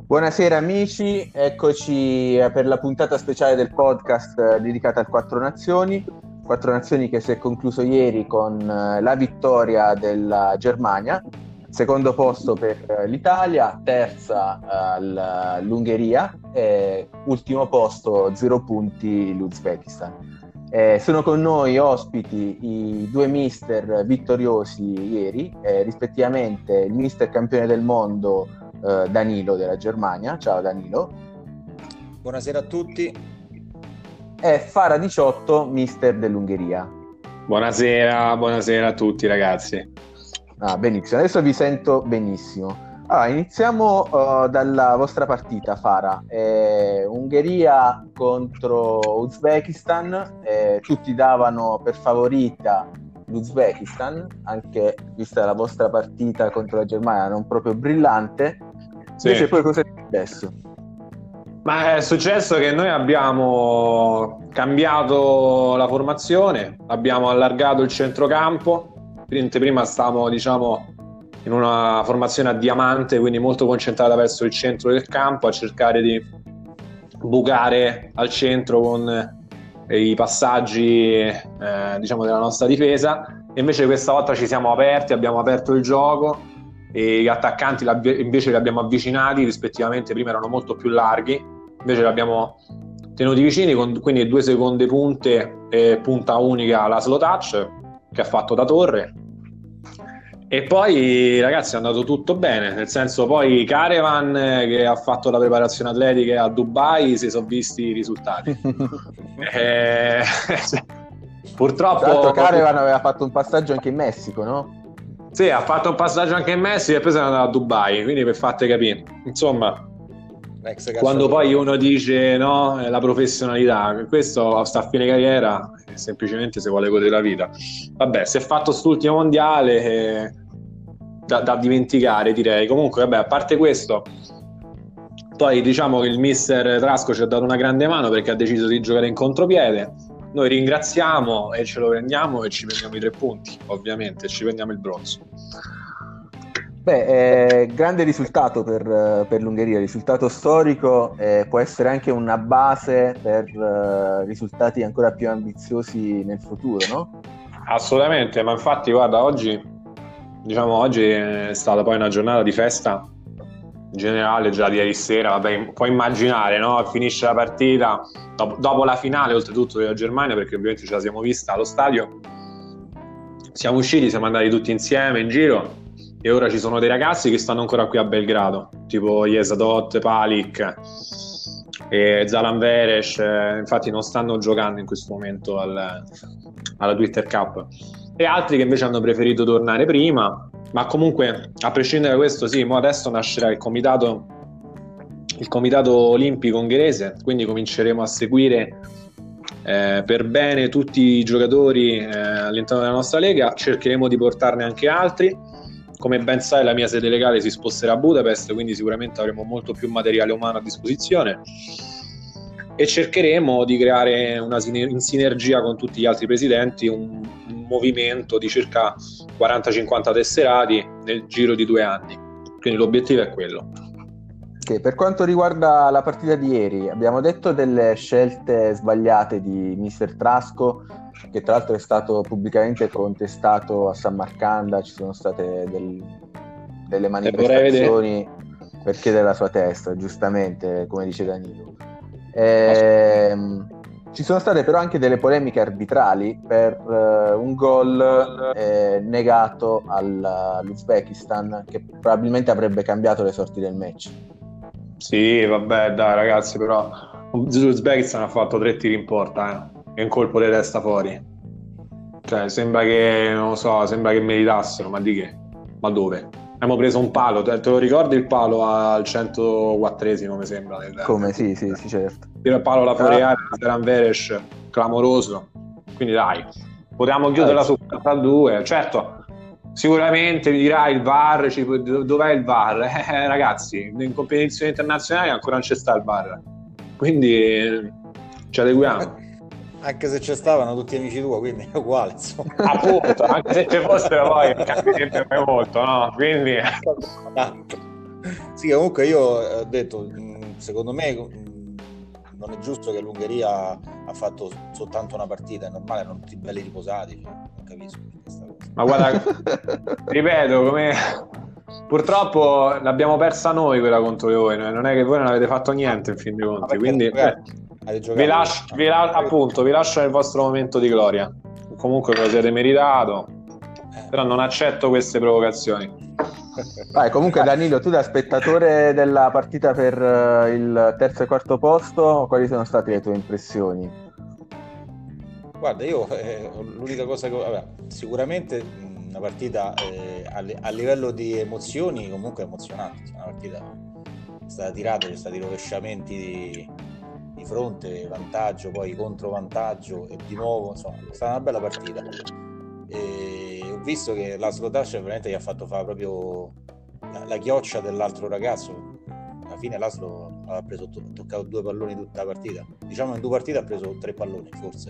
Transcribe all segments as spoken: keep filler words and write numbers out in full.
Buonasera amici, eccoci per la puntata speciale del podcast dedicata al Quattro Nazioni. Quattro Nazioni che si è concluso ieri con la vittoria della Germania, secondo posto per l'Italia, terza uh, l'Ungheria e ultimo posto, zero punti l'Uzbekistan. Eh, sono con noi ospiti i due mister vittoriosi ieri, eh, rispettivamente il mister campione del mondo eh, Danilo della Germania. Ciao Danilo. Buonasera a tutti. E Fara diciotto, mister dell'Ungheria. Buonasera, buonasera a tutti ragazzi. Ah, benissimo, adesso vi sento benissimo. Allora, iniziamo uh, dalla vostra partita, Fara. Eh, Ungheria contro Uzbekistan, eh, tutti davano per favorita l'Uzbekistan, anche vista la vostra partita contro la Germania non proprio brillante. Sì. Invece poi cosa è successo? Ma è successo che noi abbiamo cambiato la formazione, abbiamo allargato il centrocampo. Prima stavamo, diciamo, in una formazione a diamante, quindi molto concentrata verso il centro del campo, a cercare di bucare al centro con i passaggi eh, diciamo della nostra difesa. E invece questa volta ci siamo aperti, abbiamo aperto il gioco e gli attaccanti invece li abbiamo avvicinati, rispettivamente prima erano molto più larghi, invece li abbiamo tenuti vicini, con quindi due seconde punte e punta unica la slow touch che ha fatto da torre. E poi ragazzi è andato tutto bene, nel senso poi Carevan che ha fatto la preparazione atletica a Dubai, si sono visti i risultati. e... Purtroppo Tra l'altro Carevan aveva fatto un passaggio anche in Messico, no? Sì, ha fatto un passaggio anche in Messico e poi se n'è andato a Dubai, quindi per fatte capire. Insomma, quando poi uno dice no, la professionalità, questo sta a fine carriera, semplicemente se vuole godere la vita. Vabbè, si è fatto quest'ultimo mondiale eh, da, da dimenticare, direi. Comunque, vabbè, a parte questo, poi diciamo che il mister Trasco ci ha dato una grande mano perché ha deciso di giocare in contropiede. Noi ringraziamo e ce lo prendiamo e ci prendiamo i tre punti, ovviamente, ci prendiamo il bronzo. Beh, eh, grande risultato per, per l'Ungheria, risultato storico, eh, può essere anche una base per eh, risultati ancora più ambiziosi nel futuro, no? Assolutamente, ma infatti guarda, oggi diciamo oggi è stata poi una giornata di festa in generale, già di ieri sera, vabbè, puoi immaginare, no? Finisce la partita, dopo, dopo la finale oltretutto della Germania, perché ovviamente ce la siamo vista allo stadio, siamo usciti, siamo andati tutti insieme in giro. E ora ci sono dei ragazzi che stanno ancora qui a Belgrado, tipo Jesadot, Palik e Zalan Veres, eh, infatti non stanno giocando in questo momento al, alla Twitter Cup, e altri che invece hanno preferito tornare prima. Ma comunque, a prescindere da questo, sì, mo adesso nascerà il comitato il comitato olimpico ungherese, quindi cominceremo a seguire eh, per bene tutti i giocatori eh, all'interno della nostra lega, cercheremo di portarne anche altri. Come ben sai, la mia sede legale si sposterà a Budapest, quindi sicuramente avremo molto più materiale umano a disposizione e cercheremo di creare una, in sinergia con tutti gli altri presidenti un, un movimento di circa quaranta cinquanta tesserati nel giro di due anni. Quindi l'obiettivo è quello. Okay, per quanto riguarda la partita di ieri, abbiamo detto delle scelte sbagliate di mister Trasco, che tra l'altro è stato pubblicamente contestato a Samarcanda, ci sono state del, delle manifestazioni per chiedere la sua testa, giustamente, come dice Danilo. Ehm, ci sono state però anche delle polemiche arbitrali per uh, un gol eh, negato al, all'Uzbekistan, che probabilmente avrebbe cambiato le sorti del match. Sì, vabbè, dai ragazzi, però l'Uzbekistan ha fatto tre tiri in porta, eh. E un colpo di testa fuori, cioè sembra che non lo so, sembra che meritassero, ma di che? Ma dove? Abbiamo preso un palo, te, te lo ricordi il palo al centoquattresimo mi sembra del, come sì sì sì certo, il palo alla fuori area di Zaran Veres, clamoroso, quindi dai, potevamo chiuderla su quattro a due. Certo, sicuramente mi dirà il V A R, ci, dov'è il V A R? Eh, ragazzi, in competizioni internazionali ancora non c'è sta il V A R, quindi ci adeguiamo. Anche se ci stavano tutti amici tuoi, quindi è uguale, insomma. Appunto, anche se ci fossero poi cambia sempre molto, no? Quindi Sì, comunque io ho detto, mh, secondo me mh, non è giusto che l'Ungheria ha fatto soltanto una partita, è normale, erano tutti belli riposati, cioè, non capisco questa cosa. Ma guarda, ripeto, come purtroppo l'abbiamo persa noi quella contro di voi, non è che voi non avete fatto niente in fin dei conti, perché quindi avete eh, giocato? Avete vi giocato? lascio, vi la- appunto, vi lascio nel vostro momento di gloria. Comunque ve lo siete meritato, però non accetto queste provocazioni. Vai, comunque Danilo, tu da spettatore della partita per eh, il terzo e quarto posto, quali sono state le tue impressioni? Guarda, io eh, l'unica cosa che vabbè, sicuramente mh, una partita eh, a, li- a livello di emozioni comunque emozionante, cioè, una partita è stata tirata, c'è stati rovesciamenti di, di fronte, vantaggio, poi controvantaggio e di nuovo, insomma, è stata una bella partita. E ho visto che Laszlo Tascia veramente gli ha fatto fare proprio la, la chioccia dell'altro ragazzo. Alla fine Laszlo ha preso, ha toccato due palloni tutta la partita, diciamo in due partite ha preso tre palloni forse.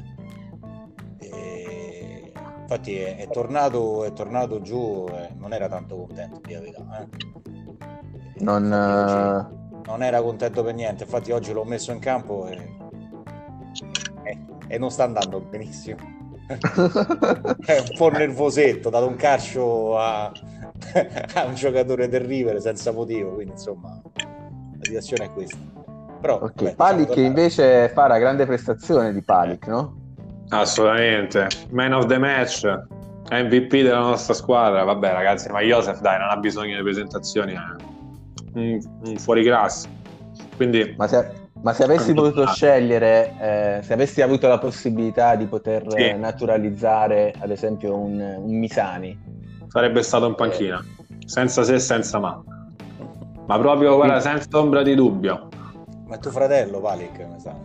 E infatti è, è tornato è tornato giù e non era tanto contento di la verità, eh. Non, Infatti oggi non era contento per niente, infatti oggi l'ho messo in campo e, e, e non sta andando benissimo. È un po' nervosetto, ha dato un calcio a, a un giocatore del River senza motivo, quindi insomma la situazione è questa. Però ok, beh, Palic diciamo, invece fa la grande prestazione di Palic, no? Assolutamente, man of the match, M V P della nostra squadra. Vabbè ragazzi, ma Josef dai, non ha bisogno di presentazioni, è un, un fuori classe. Quindi Ma se, ma se avessi potuto scegliere, eh, se avessi avuto la possibilità di poter Sì. eh, naturalizzare ad esempio un, un Misani, sarebbe stato in panchina, senza se e senza ma. Ma proprio, guarda, senza ombra di dubbio. ma è tuo fratello Palic, mi sa.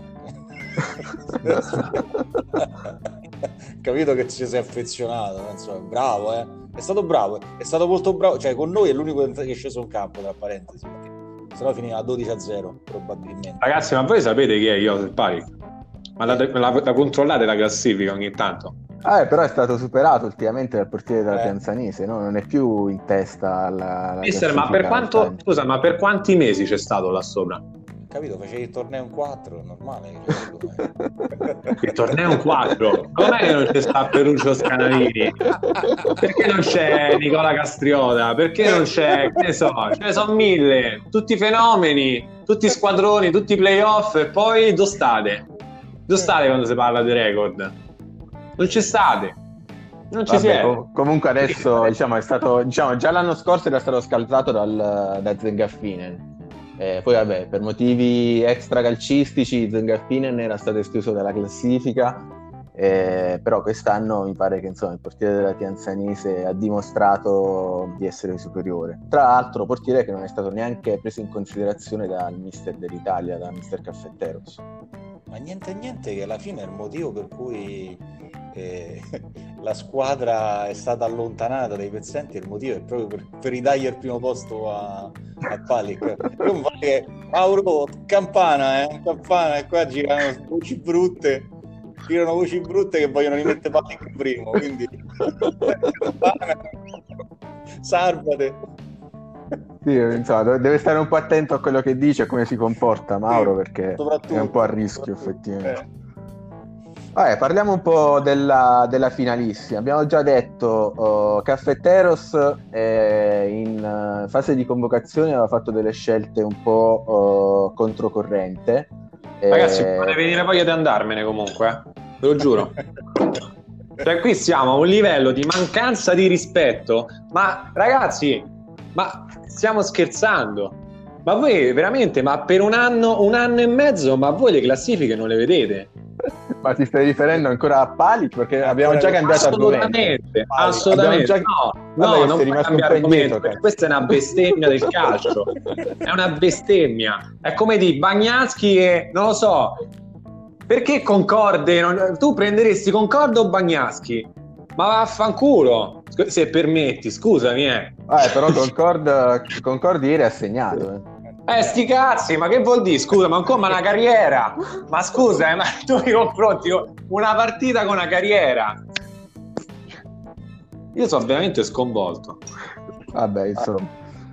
Capito che ci sei affezionato, insomma, bravo, eh. È stato bravo, è stato molto bravo, cioè con noi è l'unico che è sceso in campo, tra parentesi, perché sennò finiva a dodici a zero probabilmente. Ragazzi, ma voi sapete chi è Josef Palic? Ma la, la, la controllate la classifica ogni tanto? ah, eh, però è stato superato ultimamente dal portiere della Eh. Pianzanese, no? Non è più in testa alla, alla Mister, ma per classifica quanto, all-time. scusa, ma per quanti mesi c'è stato là sopra? Capito, facevi il torneo in quattro, è normale. Il torneo in quattro? Com'è che non c'è sta Ferruccio Scanavini? Perché non c'è Nicola Castriota? Perché non c'è, che ne so, ce ne sono mille, tutti fenomeni, tutti squadroni, tutti playoff, e poi dove state? Dove state quando si parla di record? Non ci state, non ci Vabbè, siete. com- comunque adesso diciamo è stato diciamo già l'anno scorso era stato scalzato dal, da Zengaffinen. Eh, poi vabbè, per motivi extracalcistici Zengaffinen era stato escluso dalla classifica, eh, però quest'anno mi pare che insomma il portiere della Pianzanese ha dimostrato di essere superiore. Tra l'altro portiere che non è stato neanche preso in considerazione dal mister dell'Italia, da mister Caffetteros. Ma niente niente che alla fine è il motivo per cui eh, la squadra è stata allontanata dai pezzenti, il motivo è proprio per, per ridargli il primo posto a, a Palic. Io mi pare che Mauro campana, eh, campana, e qua girano voci brutte, girano voci brutte che vogliono rimettere Palic in primo, quindi campana, salvate. Sì, insomma, deve stare un po' attento a quello che dice e come si comporta Mauro, perché è un po' a rischio effettivamente. Eh. Vabbè, parliamo un po' della, della finalissima. Abbiamo già detto uh, Caffetteros eh, in uh, fase di convocazione aveva fatto delle scelte un po' uh, controcorrente. Ragazzi, Eh, vorrei venire voglia di andarmene comunque, eh? Ve lo giuro. Cioè qui siamo a un livello di mancanza di rispetto, ma ragazzi, ma stiamo scherzando? Ma voi veramente, ma per un anno, un anno e mezzo, ma voi le classifiche non le vedete? Ma ti stai riferendo ancora a Palic? Perché abbiamo già cambiato argomento. Assolutamente, assolutamente. Già... No, Guarda no, che non sei puoi rimasto cambiare un po' argomento, indietro, perché questa è una bestemmia del calcio. È una bestemmia. È come di Bagnaschi e non lo so. Perché Concorde? Non... Tu prenderesti Concorde o Bagnaschi? Ma vaffanculo, se permetti, scusami, eh. Ah, però Concord, Concord ieri ha segnato, eh. Eh, sti cazzi, ma che vuol dire? Scusa, ma ancora una carriera? Ma scusa, eh, ma tu mi confronti con una partita con una carriera? Io sono veramente sconvolto. Vabbè, insomma.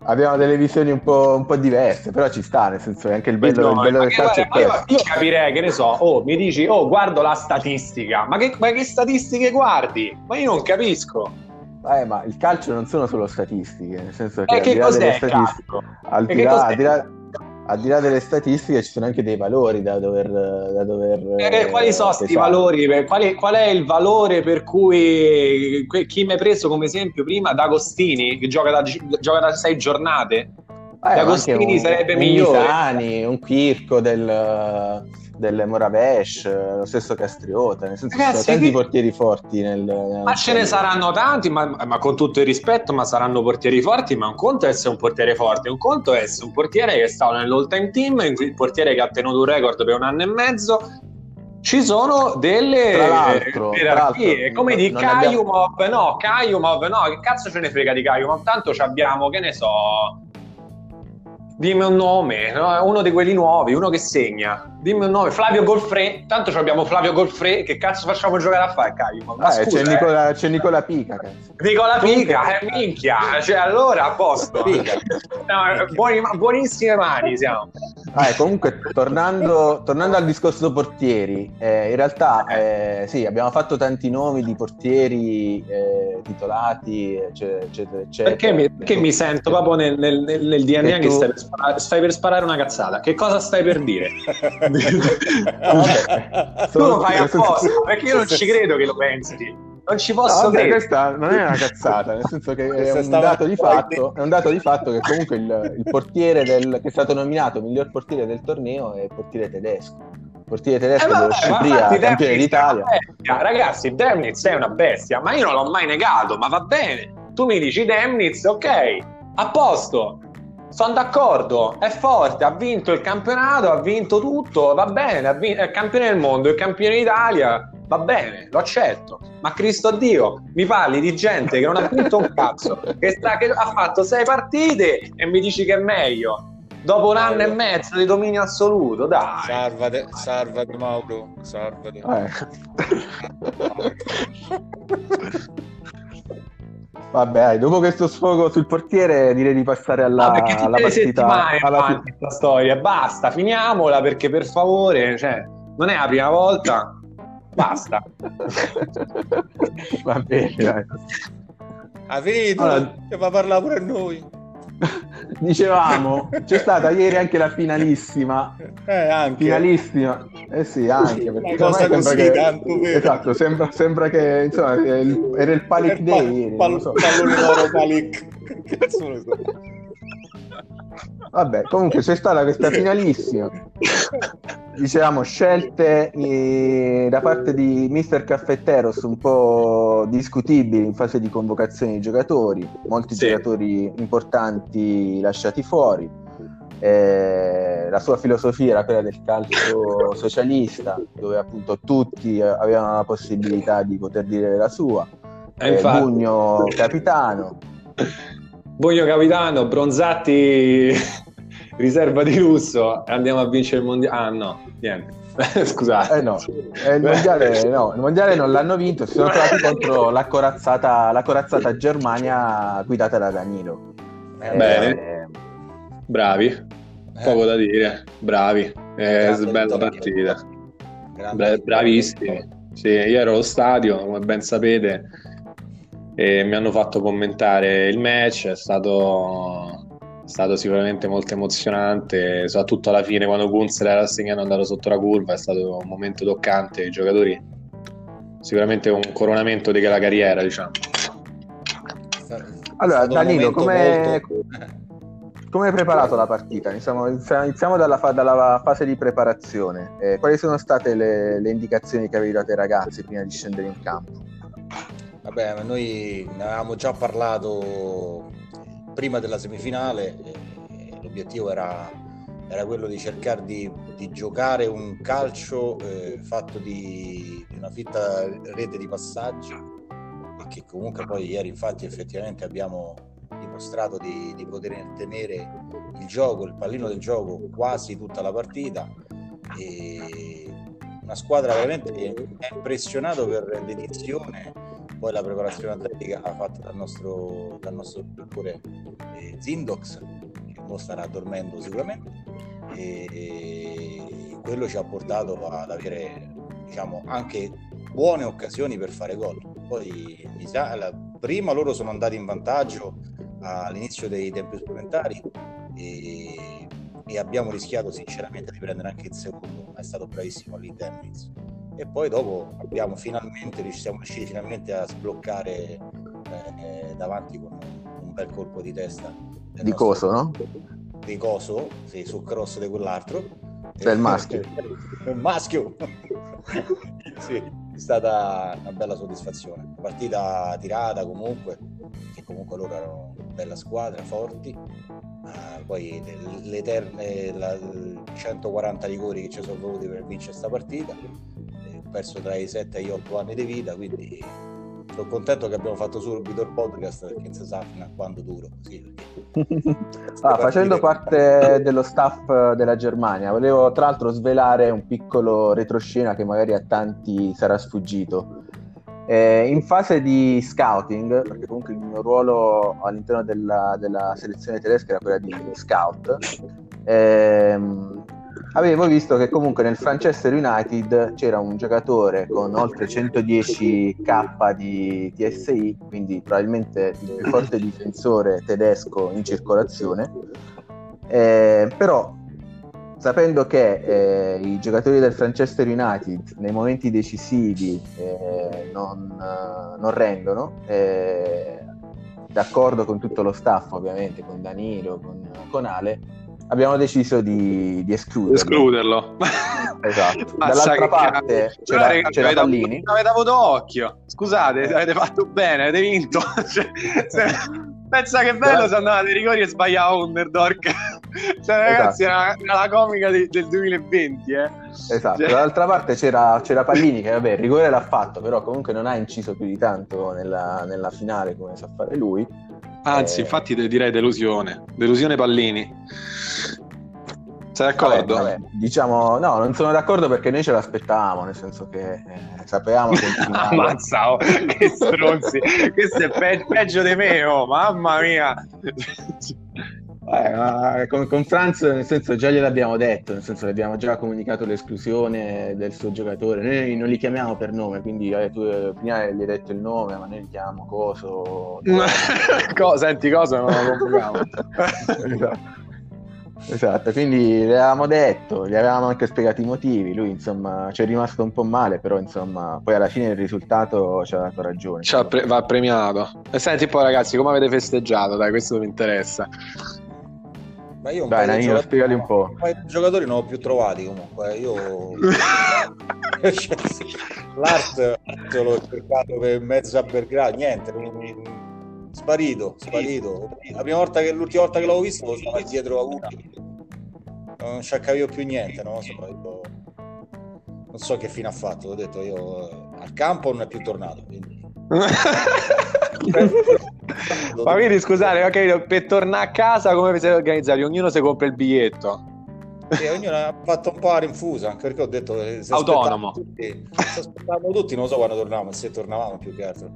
abbiamo delle visioni un po', un po' diverse, però ci sta, nel senso che anche il bello, no, il bello ma del che, calcio guarda, è io, questo. io capirei, che ne so, oh, mi dici, oh, guardo la statistica, ma che, ma che statistiche guardi? Ma io non capisco. Eh, ma il calcio non sono solo statistiche, nel senso che Eh, al che di là cos'è delle il statistiche, calcio? al E di che là, cos'è? al di là, al di là delle statistiche ci sono anche dei valori da dover, da dover Eh, quali sono eh, sti pesare. valori? Per- Quali, qual è il valore per cui que- chi mi hai preso come esempio prima, D'Agostini, che gioca da, gioca da sei giornate? Eh, ma anche D'Agostini un, sarebbe un migliore. Misani, un Quirco del, del Moravesh, lo stesso Castriota, nel senso ci sono Ragazzi, tanti che- portieri forti nel, nella ma ce nostra ne liga. saranno tanti, ma, ma con tutto il rispetto, ma saranno portieri forti, ma un conto è essere un portiere forte, un conto è essere un portiere che è stato nell'all time team, il portiere che ha tenuto un record per un anno e mezzo. Ci sono delle Tra eh, l'altro, tra gerarchie, l'altro, come non, di non ne abbiamo... Kayumov, no, Kayumov, no, che cazzo ce ne frega di Kayumov? Tanto ci abbiamo, che ne so, dimmi un nome, no? Uno di quelli nuovi, uno che segna, dimmi un nome, Flavio Golfré, tanto ci abbiamo Flavio Golfré, che cazzo facciamo giocare a fare Kayumov? Ma Eh, scusa, c'è, eh. Nicola, c'è Nicola Pica, cazzo. Nicola Comunque- Pica, eh, minchia, cioè allora a posto. Pica. No, buoni- buonissime mani siamo. Ah, e comunque tornando, tornando al discorso portieri, eh, in realtà eh, sì, abbiamo fatto tanti nomi di portieri eh, titolati, eccetera, eccetera, eccetera. Perché mi, perché mi sento proprio nel, nel, nel- nel D N A E che tu- stai per, sparare, stai per sparare una cazzata. Che cosa stai per dire? Vabbè, Tu lo sono- fai nel senso- apposta, perché io non ci credo che lo pensi. Non ci No, posso vabbè, credere. questa non è una cazzata, nel senso che è Questa un, stava- dato di fatto, è un dato di fatto che comunque il, il portiere del, che è stato nominato miglior portiere del torneo è il portiere tedesco. Il portiere tedesco Eh, dello vabbè, ma Scipria, infatti campione Demnitz è d'Italia. una bestia. Ragazzi, Demnitz è una bestia, ma io non l'ho mai negato, ma va bene. Tu mi dici Demnitz, ok, a posto. Sono d'accordo, è forte, ha vinto il campionato, ha vinto tutto, va bene, ha vinto, è campione del mondo, è campione d'Italia, va bene, lo accetto. Ma Cristo Dio, mi parli di gente che non ha vinto un cazzo, che, sta, che ha fatto sei partite e mi dici che è meglio. Dopo un anno e mezzo di dominio assoluto, dai. Salvate, salvate Mauro, salvate. Eh. Vabbè, dai, dopo questo sfogo sul portiere direi di passare alla, No, perché tutte alla le partita. settimane alla fi- avanti questa storia, basta, finiamola perché per favore, cioè, non è la prima volta, basta. Va bene, dai. Ha finito, Allora- che va a parlare pure a noi. Dicevamo, c'è stata ieri anche la finalissima. Eh, anche. Finalissima, eh sì, anche perché Una cosa ormai sembra così, che, tanto vero. esatto, sembra, sembra che insomma che il- era il Palic Il Day pa- ieri, pal- non lo so. pallone d'oro Palic. Che cazzo ne so. Vabbè, comunque c'è stata questa finalissima. Dicevamo scelte eh, da parte di mister Caffetteros un po' discutibili in fase di convocazione di giocatori, molti Sì. giocatori importanti lasciati fuori. Eh, la sua filosofia era quella del calcio socialista, dove appunto tutti eh, avevano la possibilità di poter dire la sua. E Eh, infatti. Bugno capitano. Bugno capitano, Bronzatti riserva di lusso e andiamo a vincere il mondiale. Ah no, niente. Scusate. Eh no, eh, il mondiale, no, il mondiale non l'hanno vinto, si sono trovati contro la corazzata, la corazzata Germania guidata da Danilo. Eh, Bene. eh, Bravi, poco da dire, bravi. Eh, Grande bella vittoria. partita. Grande Bra- vittoria. bravissimi. Sì, io ero allo stadio, come ben sapete, e mi hanno fatto commentare il match, è stato, è stato sicuramente molto emozionante, soprattutto alla fine quando Kunz era segnato andato sotto la curva, è stato un momento toccante, i giocatori, sicuramente un coronamento della carriera, diciamo. Allora, È stato un Danilo, momento come molto- come hai preparato la partita? Iniziamo, iniziamo dalla, fa- dalla fase di preparazione. Eh, quali sono state le, le indicazioni che avevi dato ai ragazzi prima di scendere in campo? Vabbè, noi ne avevamo già parlato prima della semifinale, e l'obiettivo era, era quello di cercare di, di giocare un calcio eh, fatto di, di una fitta rete di passaggi, e che comunque poi ieri infatti effettivamente abbiamo dimostrato di, di poter tenere il gioco, il pallino del gioco quasi tutta la partita, e una squadra veramente mi ha impressionato per l'edizione, poi la preparazione atletica fatta dal nostro dal nostro dottore eh, Zindox, che mo starà dormendo sicuramente, e quello ci ha portato ad avere, diciamo, anche buone occasioni per fare gol. Poi mi sa, la, prima loro sono andati in vantaggio all'inizio dei tempi supplementari e, e abbiamo rischiato sinceramente di prendere anche il secondo, ma è stato bravissimo lì Dennings, e poi dopo abbiamo finalmente siamo riusciti finalmente a sbloccare eh, davanti con un bel colpo di testa di nostro, Coso, no? Di Coso, sì, sul cross di quell'altro, cioè il maschio il maschio sì, è stata una bella soddisfazione, partita tirata comunque, che comunque loro erano una bella squadra, forti, uh, poi l'eterne la, centoquaranta rigori che ci sono voluti per vincere questa partita, ho perso tra i sette e gli otto anni di vita, quindi sono contento che abbiamo fatto subito il podcast, perché non si sa fino a quando duro così. Ah, facendo parte dello staff della Germania, volevo tra l'altro svelare un piccolo retroscena che magari a tanti sarà sfuggito. Eh, in fase di scouting, perché comunque il mio ruolo all'interno della, della selezione tedesca era quella di scout, ehm, avevo visto che comunque nel Manchester United c'era un giocatore con oltre centodieci K di T S I, quindi probabilmente il più forte difensore tedesco in circolazione, eh, però sapendo che eh, i giocatori del Manchester United nei momenti decisivi eh, non, uh, non rendono, eh, d'accordo con tutto lo staff ovviamente, con Danilo, con, con Ale, abbiamo deciso di, di escluderlo. escluderlo. Esatto. Dall'altra parte c'era, c'era, c'era avete Pallini. Avuto, avete avuto occhio. Scusate, avete fatto bene, avete vinto. Cioè, se, pensa che bello se andavate ai rigori e sbagliava Underdog. Cioè, ragazzi, esatto. era, era la comica di, del duemilaventi, eh. Esatto. Cioè... Dall'altra parte c'era, c'era Pallini che, vabbè, il rigore l'ha fatto, però comunque non ha inciso più di tanto nella, nella finale come sa fare lui. Anzi, eh... infatti direi delusione. Delusione Pallini. Sei d'accordo? Vabbè, vabbè. Diciamo, no, non sono d'accordo perché noi ce l'aspettavamo, nel senso che eh, sapevamo che ammazza, oh, che stronzi. Questo è pe- peggio di me, oh, mamma mia. Eh, ma con, con Franz, nel senso, già gliel'abbiamo detto, nel senso, le abbiamo già comunicato l'esclusione del suo giocatore. Noi non li chiamiamo per nome, quindi eh, tu eh, prima gli hai detto il nome, ma noi li chiamiamo Coso. Co- senti, Coso non lo convochiamo. Esatto. Esatto, quindi le avevamo detto, gli avevamo anche spiegato i motivi, lui insomma ci è rimasto un po' male, però insomma poi alla fine il risultato ci ha dato ragione. Ci ha pre- va premiato. E senti poi ragazzi, come avete festeggiato? Dai, questo mi interessa. Ma io un Dai, Nanino, giocatori, spiegati un po'. Ma i giocatori non ho più trovati comunque, io l'art l'ho cercato per mezzo a Belgrado, niente, mi... sparito, sparito. La prima volta che l'ultima volta che l'avevo visto stava dietro a una, non ci accavivo più niente, non lo so, io... non so che fine ha fatto, l'ho detto io, al campo non è più tornato, quindi... Ma quindi scusate, ho capito, per tornare a casa come vi siete organizzati? Ognuno si compra il biglietto? Sì, ognuno ha fatto un po' a rinfusa, anche perché ho detto se autonomo tutti, se aspettavamo tutti, non so quando tornavamo, se tornavamo più che altro.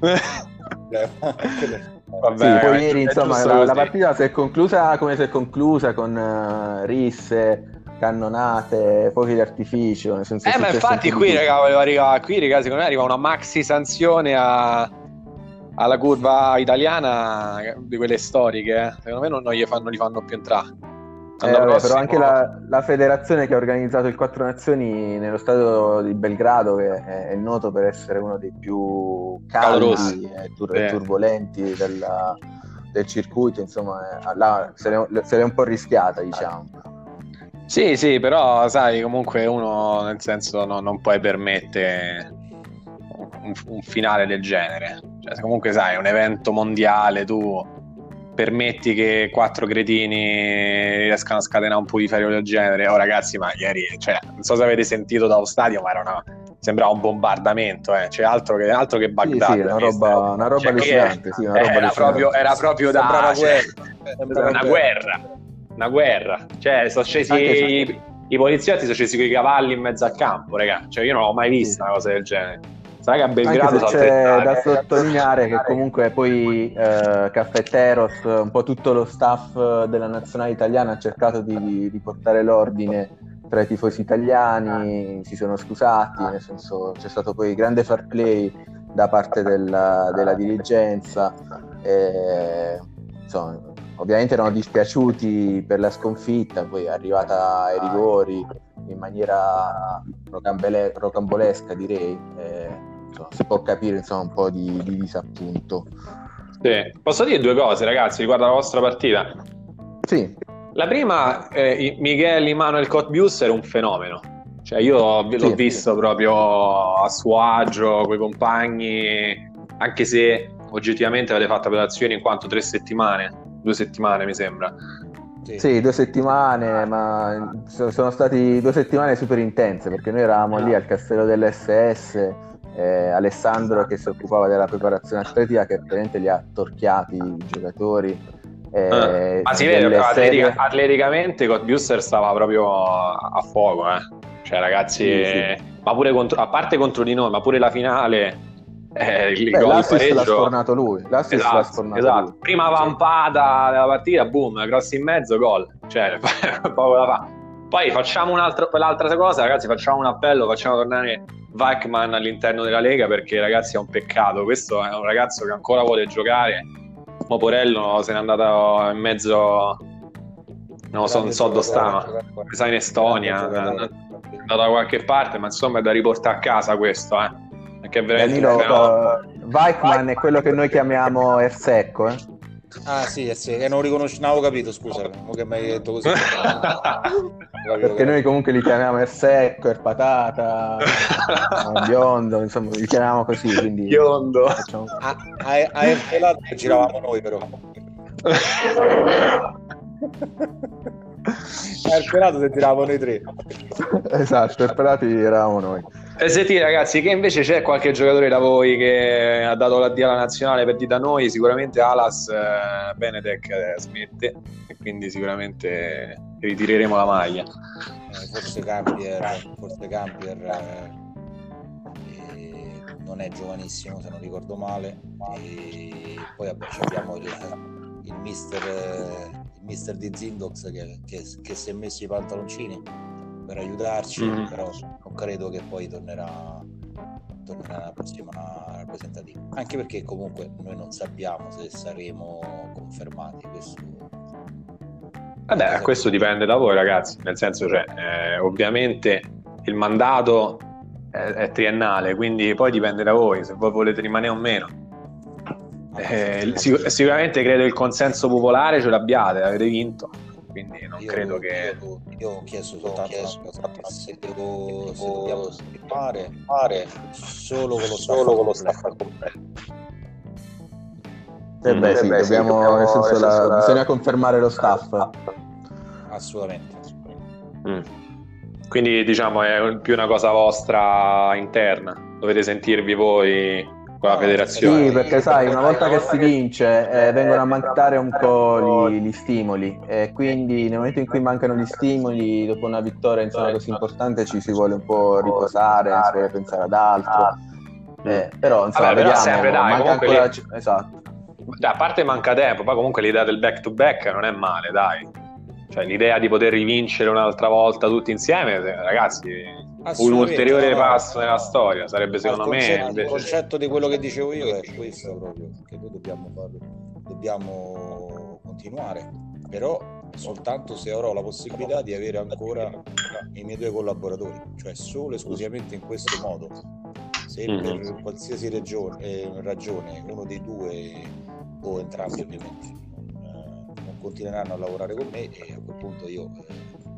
Vabbè, sì, poi ieri insomma la, la partita si è conclusa come si è conclusa, con uh, risse, cannonate, fuochi d'artificio, nel senso eh ma infatti qui raga, volevo arrivare qui raga, secondo me arriva una maxi sanzione a, alla curva italiana di quelle storiche, eh. Secondo me non, non, gli fanno, non li fanno più entrare. Eh, vabbè, però anche la, la federazione che ha organizzato il Quattro Nazioni nello stadio di Belgrado, che è, è noto per essere uno dei più caldi e tur- eh. turbolenti della, del circuito, insomma, eh, là, se, l'è, se l'è un po' rischiata, diciamo. Sì, sì, però sai, comunque uno, nel senso, no, non puoi permettere un, un finale del genere. Cioè, se comunque sai, è un evento mondiale, tu permetti che quattro cretini riescano a scatenare un putiferio del genere. Oh ragazzi, ma ieri, cioè, non so se avete sentito dallo stadio, ma era una, sembrava un bombardamento, eh. Cioè altro che, altro che Baghdad. Sì, sì, una roba, una roba cioè, allucinante, sì, una roba era, proprio, era proprio da una cioè, guerra, una guerra, una guerra. Cioè sono scesi i, i poliziotti sono scesi con i cavalli in mezzo al campo, raga. Cioè io non l'ho mai vista una cosa del genere. Sai che a Belgrado anche se c'è da sottolineare che comunque poi eh, Cafeteros, un po' tutto lo staff della nazionale italiana ha cercato di, di portare l'ordine tra i tifosi italiani, si sono scusati, nel senso c'è stato poi grande fair play da parte della, della dirigenza, e, insomma, ovviamente erano dispiaciuti per la sconfitta, poi è arrivata ai rigori in maniera rocambole- rocambolesca, direi, e, insomma, si può capire insomma un po' di, di disappunto. Sì. Posso dire due cose, ragazzi, riguardo alla vostra partita? Sì. La prima, eh, Miguel Immanuel Cotbius era un fenomeno. Cioè io l'ho Sì. visto proprio a suo agio coi compagni, anche se oggettivamente avete fatto preparazioni in quanto tre settimane, due settimane mi sembra. Sì. Sì, due settimane, ma sono stati due settimane super intense, perché noi eravamo lì al castello dell'esse esse, eh, Alessandro che si occupava della preparazione atletica, che praticamente li ha torchiati i giocatori. Eh, ah, ma si vede, atletica, serie... atleticamente Cotbuser stava proprio a fuoco, eh. Cioè ragazzi, sì, sì. Ma pure contro, a parte contro di noi, ma pure la finale, eh, il Beh, gol l'assist pareggio l'ha sfornato lui, l'assist esatto, l'ha sfornato esatto. lui. Prima vampata della partita, boom, cross in mezzo, gol, cioè poco da fa. Poi facciamo un'altra, quell'altra cosa, ragazzi, facciamo un appello, facciamo tornare Weikman all'interno della Lega, perché ragazzi è un peccato, questo è un ragazzo che ancora vuole giocare. Moporello se n'è andato in mezzo, non so, non so dove sta, sa in Estonia, è andato da qualche parte, ma insomma è da riportare a casa questo, eh. Perché è veramente Danilo, uh, Weikman è quello che noi chiamiamo Ersecco, eh? Ah sì, eh sì, che non riconosco, non avevo capito, scusa, che mi hai detto così. Perché noi comunque li chiamiamo Ersecco, Erpatata, Biondo, insomma li chiamiamo così, quindi Biondo. Facciamo... A, a, a Erpelato giravamo noi però. A Erpelato se tiravamo noi tre. Esatto, Erpelati eravamo noi. E senti ragazzi, che invece c'è qualche giocatore da voi che ha dato l'addio alla nazionale per di da noi, sicuramente Alas eh, Benedek eh, smette e quindi sicuramente ritireremo la maglia. Eh, forse Campier, forse Campier eh, eh, non è giovanissimo se non ricordo male, e poi vabbè, abbiamo il, il mister eh, il mister di Zindox che, che, che si è messo i pantaloncini per aiutarci, mm. però non credo che poi tornerà tornerà la prossima rappresentativa, anche perché comunque noi non sappiamo se saremo confermati. Questo vabbè, questo dipende da voi ragazzi, nel senso, cioè eh, ovviamente il mandato è, è triennale, quindi poi dipende da voi se voi volete rimanere o meno. Eh, sic- sicuramente credo il consenso popolare ce l'abbiate, avete vinto, quindi non io, credo che io, io ho chiesto soltanto una cosa, se devo se dobbiamo fare, fare solo con lo solo con lo staff completo. Eh beh, sì, beh, dobbiamo, dobbiamo nel senso, nel senso la, la... bisogna confermare lo staff. Assolutamente. Mm. Quindi diciamo è più una cosa vostra interna, dovete sentirvi voi con la federazione. Sì, perché sai, una volta che si vince eh, vengono a mancare un po' gli, gli stimoli, e quindi nel momento in cui mancano gli stimoli dopo una vittoria insomma così importante ci si vuole un po' riposare, si vuole pensare ad altro. Eh, però insomma, vabbè, però vediamo, sempre dai, manca ancora lì... esatto. A parte manca tempo, poi comunque l'idea del back to back non è male, dai. Cioè l'idea di poter rivincere un'altra volta tutti insieme, ragazzi, un ulteriore no, passo nella storia sarebbe secondo me concetto, invece... il concetto di quello che dicevo io è questo proprio, che noi dobbiamo farlo, dobbiamo continuare, però soltanto se avrò la possibilità di avere ancora i miei due collaboratori, cioè solo e esclusivamente in questo modo. Se mm-hmm. per qualsiasi regione, eh, ragione uno dei due o entrambi ovviamente non, non continueranno a lavorare con me, e a quel punto io eh,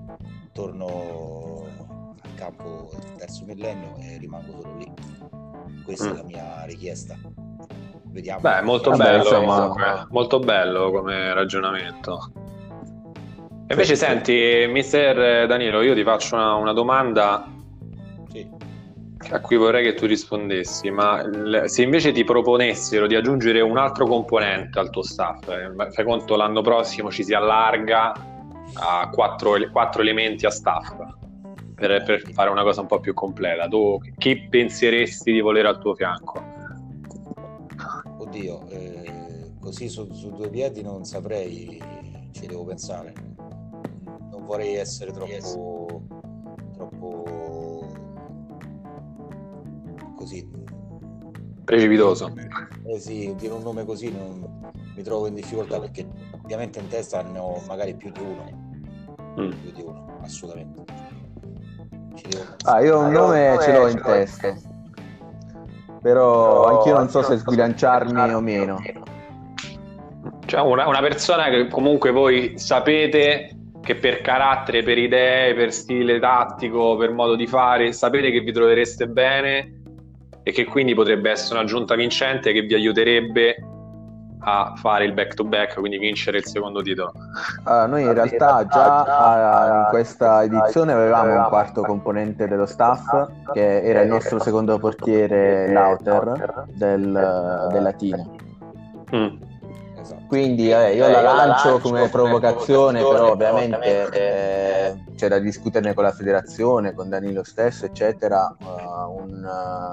torno al campo del terzo millennio e rimango solo lì. Questa mm. è la mia richiesta. Vediamo. Beh, molto Vabbè, bello, insomma, comunque, molto bello come ragionamento. E invece sì, senti, mister Danilo, io ti faccio una, una domanda sì. a cui vorrei che tu rispondessi, ma se invece ti proponessero di aggiungere un altro componente al tuo staff, eh, fai conto l'anno prossimo ci si allarga a quattro, quattro elementi a staff, per, per fare una cosa un po' più completa. Tu chi penseresti di volere al tuo fianco? Oddio, eh, così su, su due piedi non saprei, ci devo pensare. Non vorrei essere troppo troppo così precipitoso. Eh sì, dire un nome così non, mi trovo in difficoltà, perché ovviamente in testa ne ho magari più di uno, mm. più di uno, assolutamente. Ci devo ah, io un ah, nome, nome ce l'ho in testa, testa. Però no, anch'io non so se sbilanciarmi o meno. Cioè una, una persona che comunque voi sapete che per carattere, per idee, per stile tattico, per modo di fare, sapete che vi trovereste bene e che quindi potrebbe essere un'aggiunta vincente che vi aiuterebbe a fare il back to back, quindi vincere il secondo titolo. Allora, noi in realtà già in questa edizione avevamo un quarto componente dello staff che era il nostro secondo portiere Lauter del, del Latina. Mm. Quindi eh, io la lancio come provocazione, però ovviamente eh, c'è da discuterne con la federazione, con Danilo stesso, eccetera. Uh, un,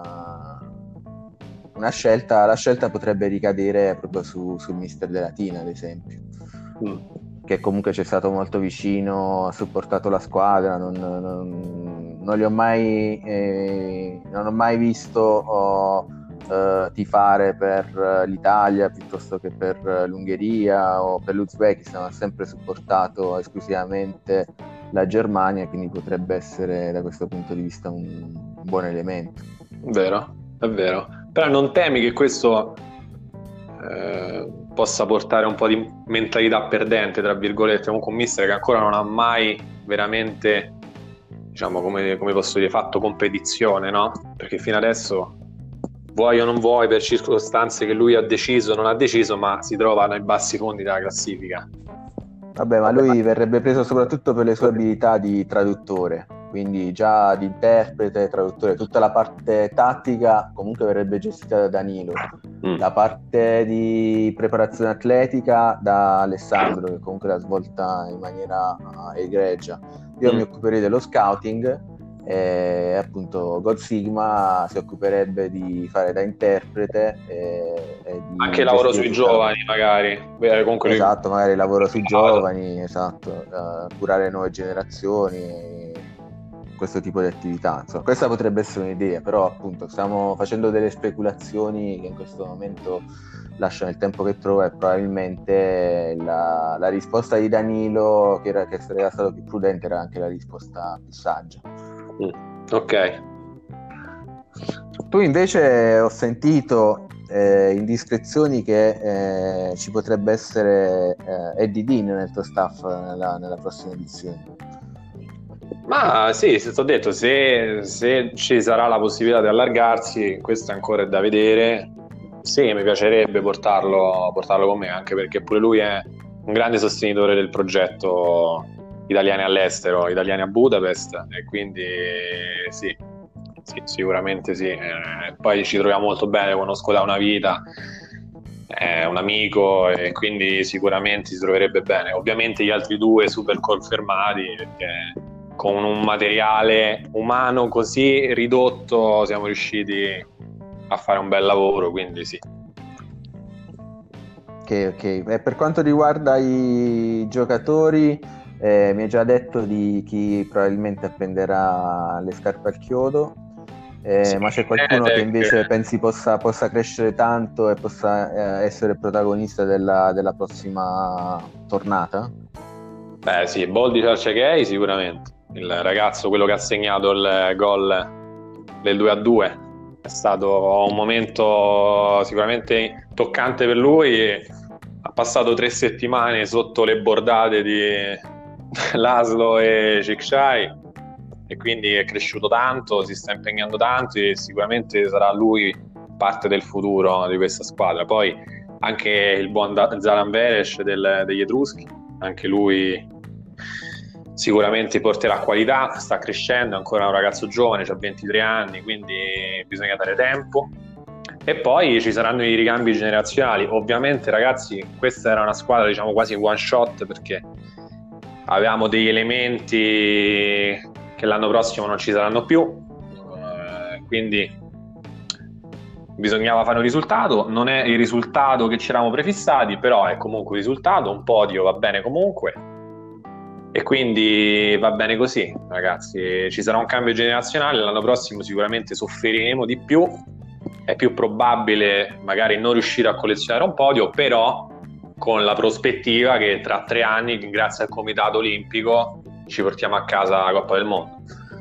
uh, una scelta, la scelta potrebbe ricadere proprio su, sul mister della Latina, ad esempio, mm. che comunque c'è stato molto vicino, ha supportato la squadra, non, non, non li ho mai, eh, non ho mai visto. Oh, Uh, tifare per uh, l'Italia piuttosto che per uh, l'Ungheria o per l'Uzbekistan, ha sempre supportato esclusivamente la Germania, quindi potrebbe essere da questo punto di vista un, un buon elemento. Vero, è vero. Però non temi che questo eh, possa portare un po' di mentalità perdente, tra virgolette, comunque un mister che ancora non ha mai veramente, diciamo, come, come posso dire, fatto competizione, no? Perché fino adesso, vuoi o non vuoi, per circostanze che lui ha deciso, non ha deciso, ma si trova nei bassi fondi della classifica. Vabbè, ma lui verrebbe preso soprattutto per le sue abilità di traduttore, quindi già di interprete, traduttore, tutta la parte tattica comunque verrebbe gestita da Danilo, mm. la parte di preparazione atletica da Alessandro, che comunque l'ha svolta in maniera uh, egregia. Io mm. mi occuperei dello scouting, e appunto God Sigma si occuperebbe di fare da interprete e, e di anche lavoro sui giovani, magari. Beh, comunque esatto, lui... magari lavoro sui giovani, esatto, uh, curare nuove generazioni, questo tipo di attività. Insomma, questa potrebbe essere un'idea, però appunto stiamo facendo delle speculazioni che in questo momento lasciano il tempo che trova, e probabilmente la, la risposta di Danilo, che, era, che sarebbe stato più prudente, era anche la risposta più saggia. Ok. Tu invece ho sentito eh, indiscrezioni che eh, ci potrebbe essere eh, Eddie Dean nel tuo staff nella, nella prossima edizione. Ma sì, se ti ho detto, se, se ci sarà la possibilità di allargarsi, questo ancora è da vedere. Sì, mi piacerebbe portarlo, portarlo con me, anche perché pure lui è un grande sostenitore del progetto Italiani all'estero, Italiani a Budapest, e quindi sì, sì, sicuramente sì. Eh, poi ci troviamo molto bene, conosco da una vita, è un amico, e quindi sicuramente si troverebbe bene. Ovviamente gli altri due super confermati, perché con un materiale umano così ridotto siamo riusciti a fare un bel lavoro, quindi sì. Ok, ok. E per quanto riguarda i giocatori, Eh, mi ha già detto di chi probabilmente appenderà le scarpe al chiodo, eh, sì, ma c'è qualcuno che invece che... pensi possa, possa crescere tanto e possa eh, essere protagonista della, della prossima tornata? Beh sì, Boldi Ciarciachei sicuramente, il ragazzo, quello che ha segnato il gol del due a due, è stato un momento sicuramente toccante per lui. Ha passato tre settimane sotto le bordate di Laszlo e Csikszai, e quindi è cresciuto tanto, si sta impegnando tanto, e sicuramente sarà lui parte del futuro di questa squadra. Poi anche il buon Zaran Veres del, degli Etruschi, anche lui sicuramente porterà qualità, sta crescendo, è ancora un ragazzo giovane, ha ventitré anni, quindi bisogna dare tempo. E poi ci saranno i ricambi generazionali. Ovviamente, ragazzi, questa era una squadra, diciamo, quasi one shot, perché avevamo degli elementi che l'anno prossimo non ci saranno più, eh, quindi bisognava fare un risultato. Non è il risultato che ci eravamo prefissati, però è comunque un risultato, un podio va bene comunque, e quindi va bene così, ragazzi. Ci sarà un cambio generazionale, l'anno prossimo sicuramente soffriremo di più, è più probabile magari non riuscire a collezionare un podio, però con la prospettiva che tra tre anni, grazie al Comitato Olimpico, ci portiamo a casa la Coppa del Mondo.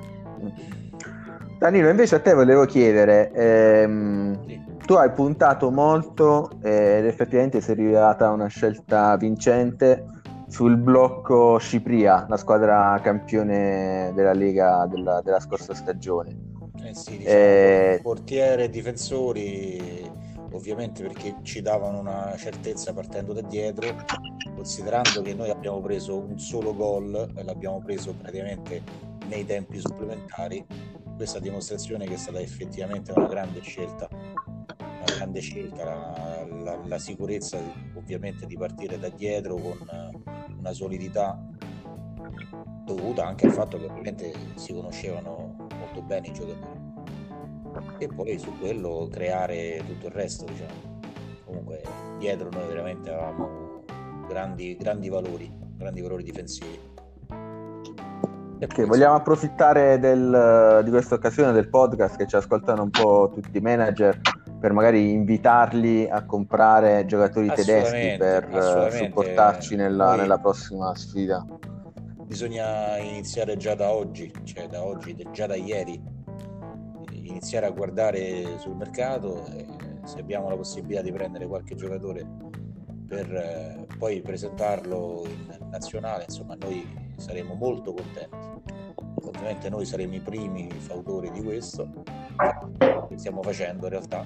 Danilo, invece a te volevo chiedere, ehm, Sì. tu hai puntato molto eh, ed effettivamente sei arrivata a una scelta vincente sul blocco Scipria, la squadra campione della Lega della, della scorsa stagione. Eh sì, diciamo, Eh, portiere e difensori, ovviamente, perché ci davano una certezza partendo da dietro, considerando che noi abbiamo preso un solo gol e l'abbiamo preso praticamente nei tempi supplementari. Questa dimostrazione che è stata effettivamente una grande scelta, una grande scelta, la, la, la sicurezza ovviamente di partire da dietro con una solidità dovuta anche al fatto che ovviamente si conoscevano molto bene i giocatori, e poi su quello creare tutto il resto, diciamo. Comunque dietro noi veramente avevamo grandi, grandi valori, grandi valori difensivi. Ok, vogliamo approfittare del, di questa occasione del podcast che ci ascoltano un po' tutti i manager per magari invitarli a comprare giocatori tedeschi per uh, supportarci nella, Poi, nella prossima sfida. Bisogna iniziare già da oggi, cioè da oggi, già da ieri, iniziare a guardare sul mercato, e se abbiamo la possibilità di prendere qualche giocatore per eh, poi presentarlo in nazionale, insomma noi saremo molto contenti. Ovviamente noi saremo i primi fautori di questo che stiamo facendo in realtà,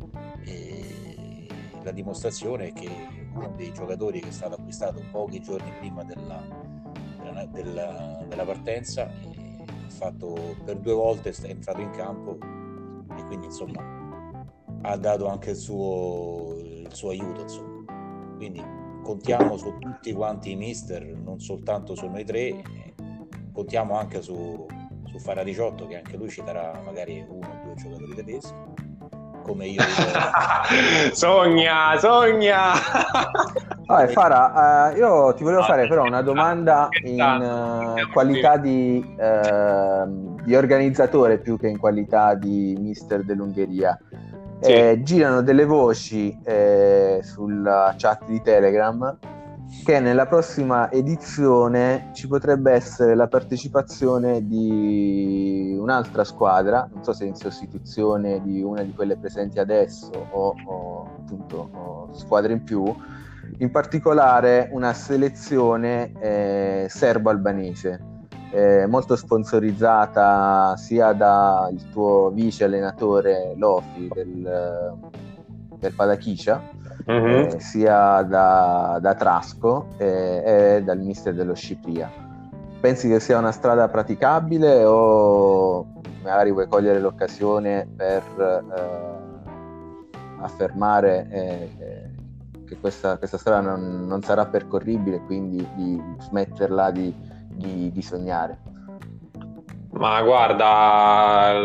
e la dimostrazione è che uno dei giocatori che è stato acquistato pochi giorni prima della, della, della, della partenza ha fatto per due volte, è entrato in campo, e quindi insomma ha dato anche il suo, il suo aiuto, insomma. Quindi contiamo su tutti quanti i mister, non soltanto su noi tre, contiamo anche su, su Farah Ricciotto, che anche lui ci darà magari uno o due giocatori tedeschi, come io. Sogna, sogna! Vabbè, Farah, uh, io ti volevo fare però una domanda in uh, qualità di, uh, di organizzatore più che in qualità di mister dell'Ungheria. Sì. Eh, girano delle voci eh, sulla chat di Telegram che nella prossima edizione ci potrebbe essere la partecipazione di un'altra squadra, non so se in sostituzione di una di quelle presenti adesso o, o appunto o squadre in più, in particolare una selezione eh, serbo-albanese. Eh, molto sponsorizzata sia dal tuo vice allenatore Lofi del, del Padakiša, mm-hmm. eh, sia da, da Trasco eh, e dal mister dello Scipria. Pensi che sia una strada praticabile o magari vuoi cogliere l'occasione per eh, affermare eh, che questa, questa strada non, non sarà percorribile, quindi di smetterla di Di, di sognare? Ma guarda,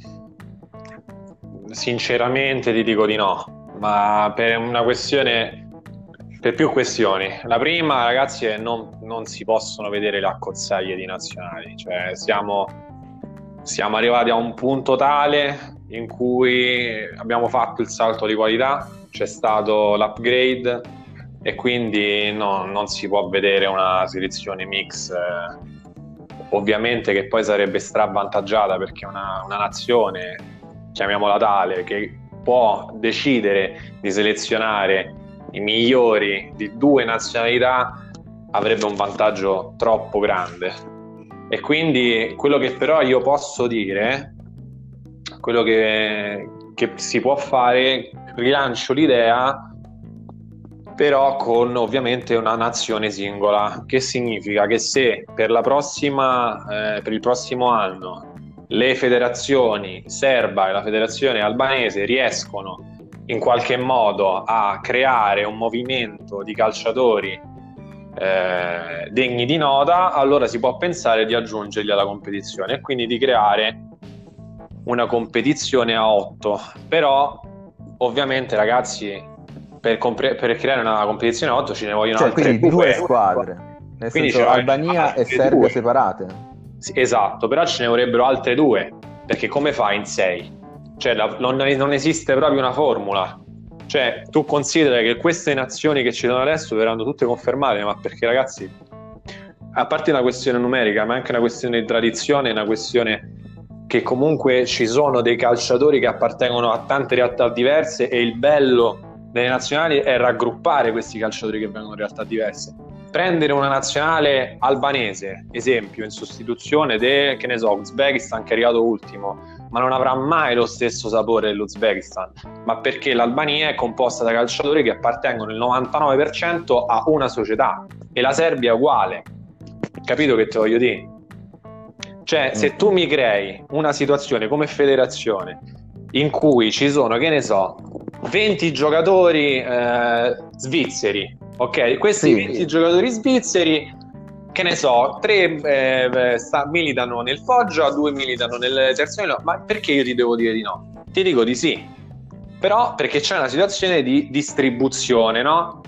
sinceramente ti dico di no, ma per una questione, per più questioni. La prima, ragazzi, è non, non si possono vedere le accozzaglie di nazionali, cioè siamo, siamo arrivati a un punto tale in cui abbiamo fatto il salto di qualità, c'è stato l'upgrade, e quindi no, non si può vedere una selezione mix, eh, ovviamente, che poi sarebbe stravantaggiata, perché una, una nazione, chiamiamola tale, che può decidere di selezionare i migliori di due nazionalità avrebbe un vantaggio troppo grande. E quindi quello che però io posso dire, quello che, che si può fare, rilancio l'idea, però con ovviamente una nazione singola, che significa che se per la prossima eh, per il prossimo anno le federazioni serba e la federazione albanese riescono in qualche modo a creare un movimento di calciatori eh, degni di nota, allora si può pensare di aggiungerli alla competizione e quindi di creare una competizione a otto. Però ovviamente, ragazzi, per, compre- per creare una competizione a otto ce ne vogliono cioè, altre quindi due due squadre, nel quindi senso ce ne Albania vogliono e altre Serbia due. separate. Sì, esatto, però ce ne vorrebbero altre due, perché come fai in sei? Cioè la, non, non esiste proprio una formula. Cioè tu considera che queste nazioni che ci sono adesso verranno tutte confermate, ma perché, ragazzi, a parte una questione numerica, ma anche una questione di tradizione, una questione che comunque ci sono dei calciatori che appartengono a tante realtà diverse e il bello delle nazionali è raggruppare questi calciatori che vengono da realtà diverse. Prendere una nazionale albanese, esempio, in sostituzione de, che ne so, Uzbekistan, che è arrivato ultimo, ma non avrà mai lo stesso sapore dell'Uzbekistan, ma perché l'Albania è composta da calciatori che appartengono il novantanove per cento a una società, e la Serbia è uguale. Capito che te voglio dire? Cioè, se tu mi crei una situazione come federazione in cui ci sono, che ne so, venti giocatori eh, svizzeri, ok? Questi Sì. venti giocatori svizzeri, che ne so, tre eh, sta, militano nel Foggia, due militano nel terzo livello, ma perché io ti devo dire di no? Ti dico di sì, però perché c'è una situazione di distribuzione, no?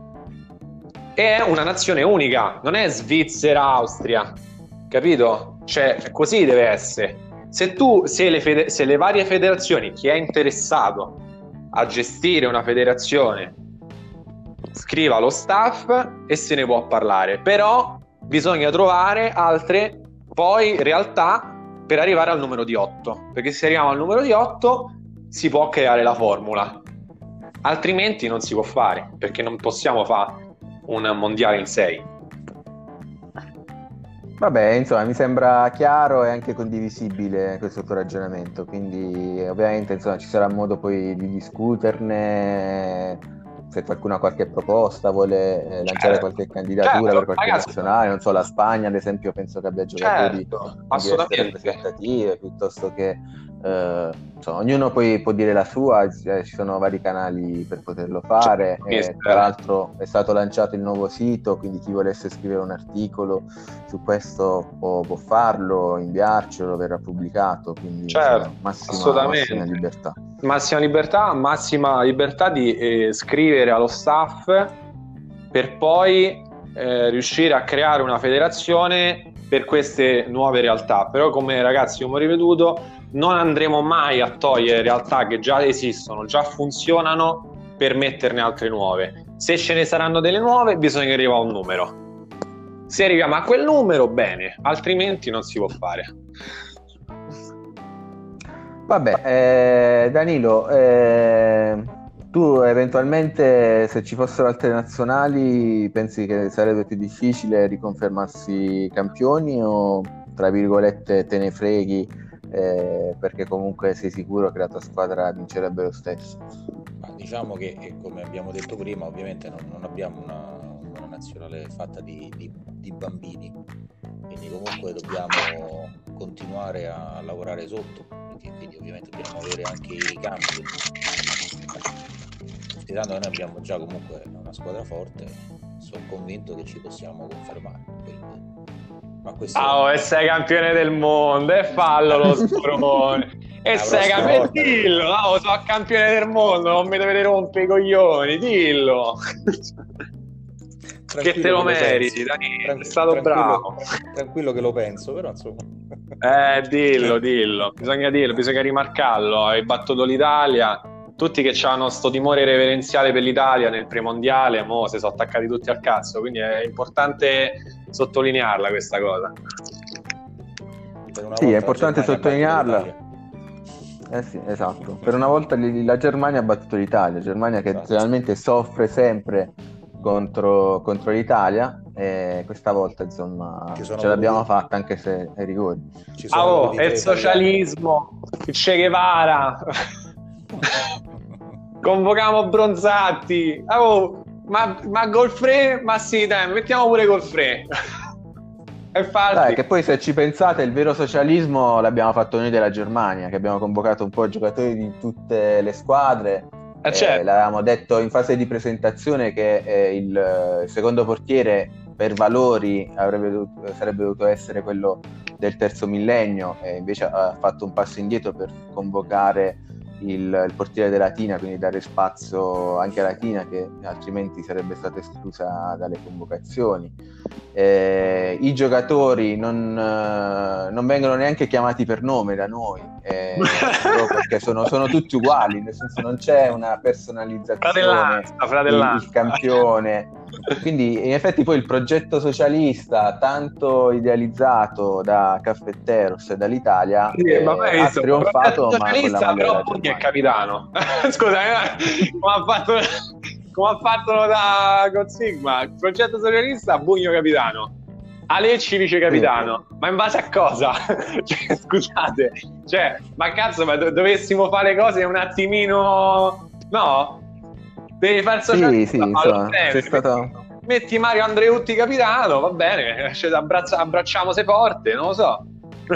È una nazione unica, non è Svizzera, Austria, capito? Cioè, così deve essere. Se tu, se le, fede, se le varie federazioni, chi è interessato a gestire una federazione, scriva lo staff e se ne può parlare, però bisogna trovare altre poi realtà per arrivare al numero di otto, perché se arriviamo al numero di otto si può creare la formula, altrimenti non si può fare, perché non possiamo fare un mondiale in sei. Vabbè, insomma, mi sembra chiaro e anche condivisibile questo tuo ragionamento, quindi ovviamente insomma ci sarà modo poi di discuterne, se qualcuno ha qualche proposta, vuole eh, lanciare Certo, qualche candidatura certo, per qualche ragazzi, nazionale, non so, la Spagna ad esempio penso che abbia giocatori certo, con diverse assolutamente. rappresentative, piuttosto che eh, insomma, ognuno poi può dire la sua, eh, ci sono vari canali per poterlo fare, eh, tra l'altro è stato lanciato il nuovo sito, quindi chi volesse scrivere un articolo su questo può, può farlo, inviarcelo, verrà pubblicato, quindi certo, insomma, massima, assolutamente. massima libertà. Massima libertà, massima libertà di eh, scrivere allo staff per poi eh, riuscire a creare una federazione per queste nuove realtà. Però, come ragazzi come ho ripetuto, non andremo mai a togliere realtà che già esistono, già funzionano, per metterne altre nuove. Se ce ne saranno delle nuove, bisogna arrivare a un numero. Se arriviamo a quel numero, bene, altrimenti non si può fare. Vabbè, eh, Danilo, eh, tu eventualmente, se ci fossero altre nazionali, pensi che sarebbe più difficile riconfermarsi campioni o, tra virgolette, te ne freghi, eh, perché comunque sei sicuro che la tua squadra vincerebbe lo stesso? Ma diciamo che, come abbiamo detto prima, ovviamente non, non abbiamo una, una nazionale fatta di, di, di bambini, quindi comunque dobbiamo continuare a lavorare sotto, quindi ovviamente dobbiamo avere anche i campi. Considerando che noi abbiamo già comunque una squadra forte, sono convinto che ci possiamo confermare. Quindi, ma questo oh, è... e sei campione del mondo, e fallo lo sprone. E sei campione, dillo, oh, sono campione del mondo, non mi dovete rompere i coglioni, dillo. Che te lo, lo meriti, Danilo, è stato tranquillo, bravo. Tranquillo che lo penso, però insomma. Eh, dillo, dillo, bisogna dirlo, bisogna rimarcarlo. Hai battuto l'Italia, tutti che hanno sto timore reverenziale per l'Italia nel premondiale, mo si sono attaccati tutti al cazzo, quindi è importante sottolinearla questa cosa. Sì, è importante sottolinearla. Eh sì, esatto. Per una volta la Germania ha battuto l'Italia, Germania che esatto. Generalmente soffre sempre contro, contro l'Italia, e questa volta insomma ce l'abbiamo voluti... fatta, anche se ai rigori. Ah, oh, è il socialismo, il Che Guevara. Convochiamo Bronzatti. Oh, ma, ma Golfre? Ma sì, dai, mettiamo pure Golfre. Dai, che poi se ci pensate il vero socialismo l'abbiamo fatto noi della Germania, che abbiamo convocato un po' giocatori di tutte le squadre Eh, certo. eh, l'avevamo detto in fase di presentazione che eh, il secondo portiere per valori avrebbe dovuto, sarebbe dovuto essere quello del terzo millennio, e invece ha fatto un passo indietro per convocare il, il portiere della Latina, quindi dare spazio anche alla Latina, che altrimenti sarebbe stata esclusa dalle convocazioni. Eh, i giocatori non, eh, non vengono neanche chiamati per nome da noi, eh, perché sono, sono tutti uguali, nel senso non c'è una personalizzazione, fratellanza, fratellanza. Il, il campione. Quindi in effetti poi il progetto socialista tanto idealizzato da Caffetteros e dall'Italia Sì, eh, ma ha visto, trionfato, ma con la maglia però della Bugni è Germania. capitano. Scusa, eh, come ha fatto, come ha fatto da God Sigma, il progetto socialista, Bugno capitano, Alecci vice capitano, sì. Ma in base a cosa? Cioè, scusate, cioè, ma cazzo, ma do- dovessimo fare le cose un attimino, no? Devi far socialista, sì, sì, insomma, c'è stato... metti Mario Andreutti capitano, va bene, cioè, abbrazza- abbracciamo se forte, non lo so.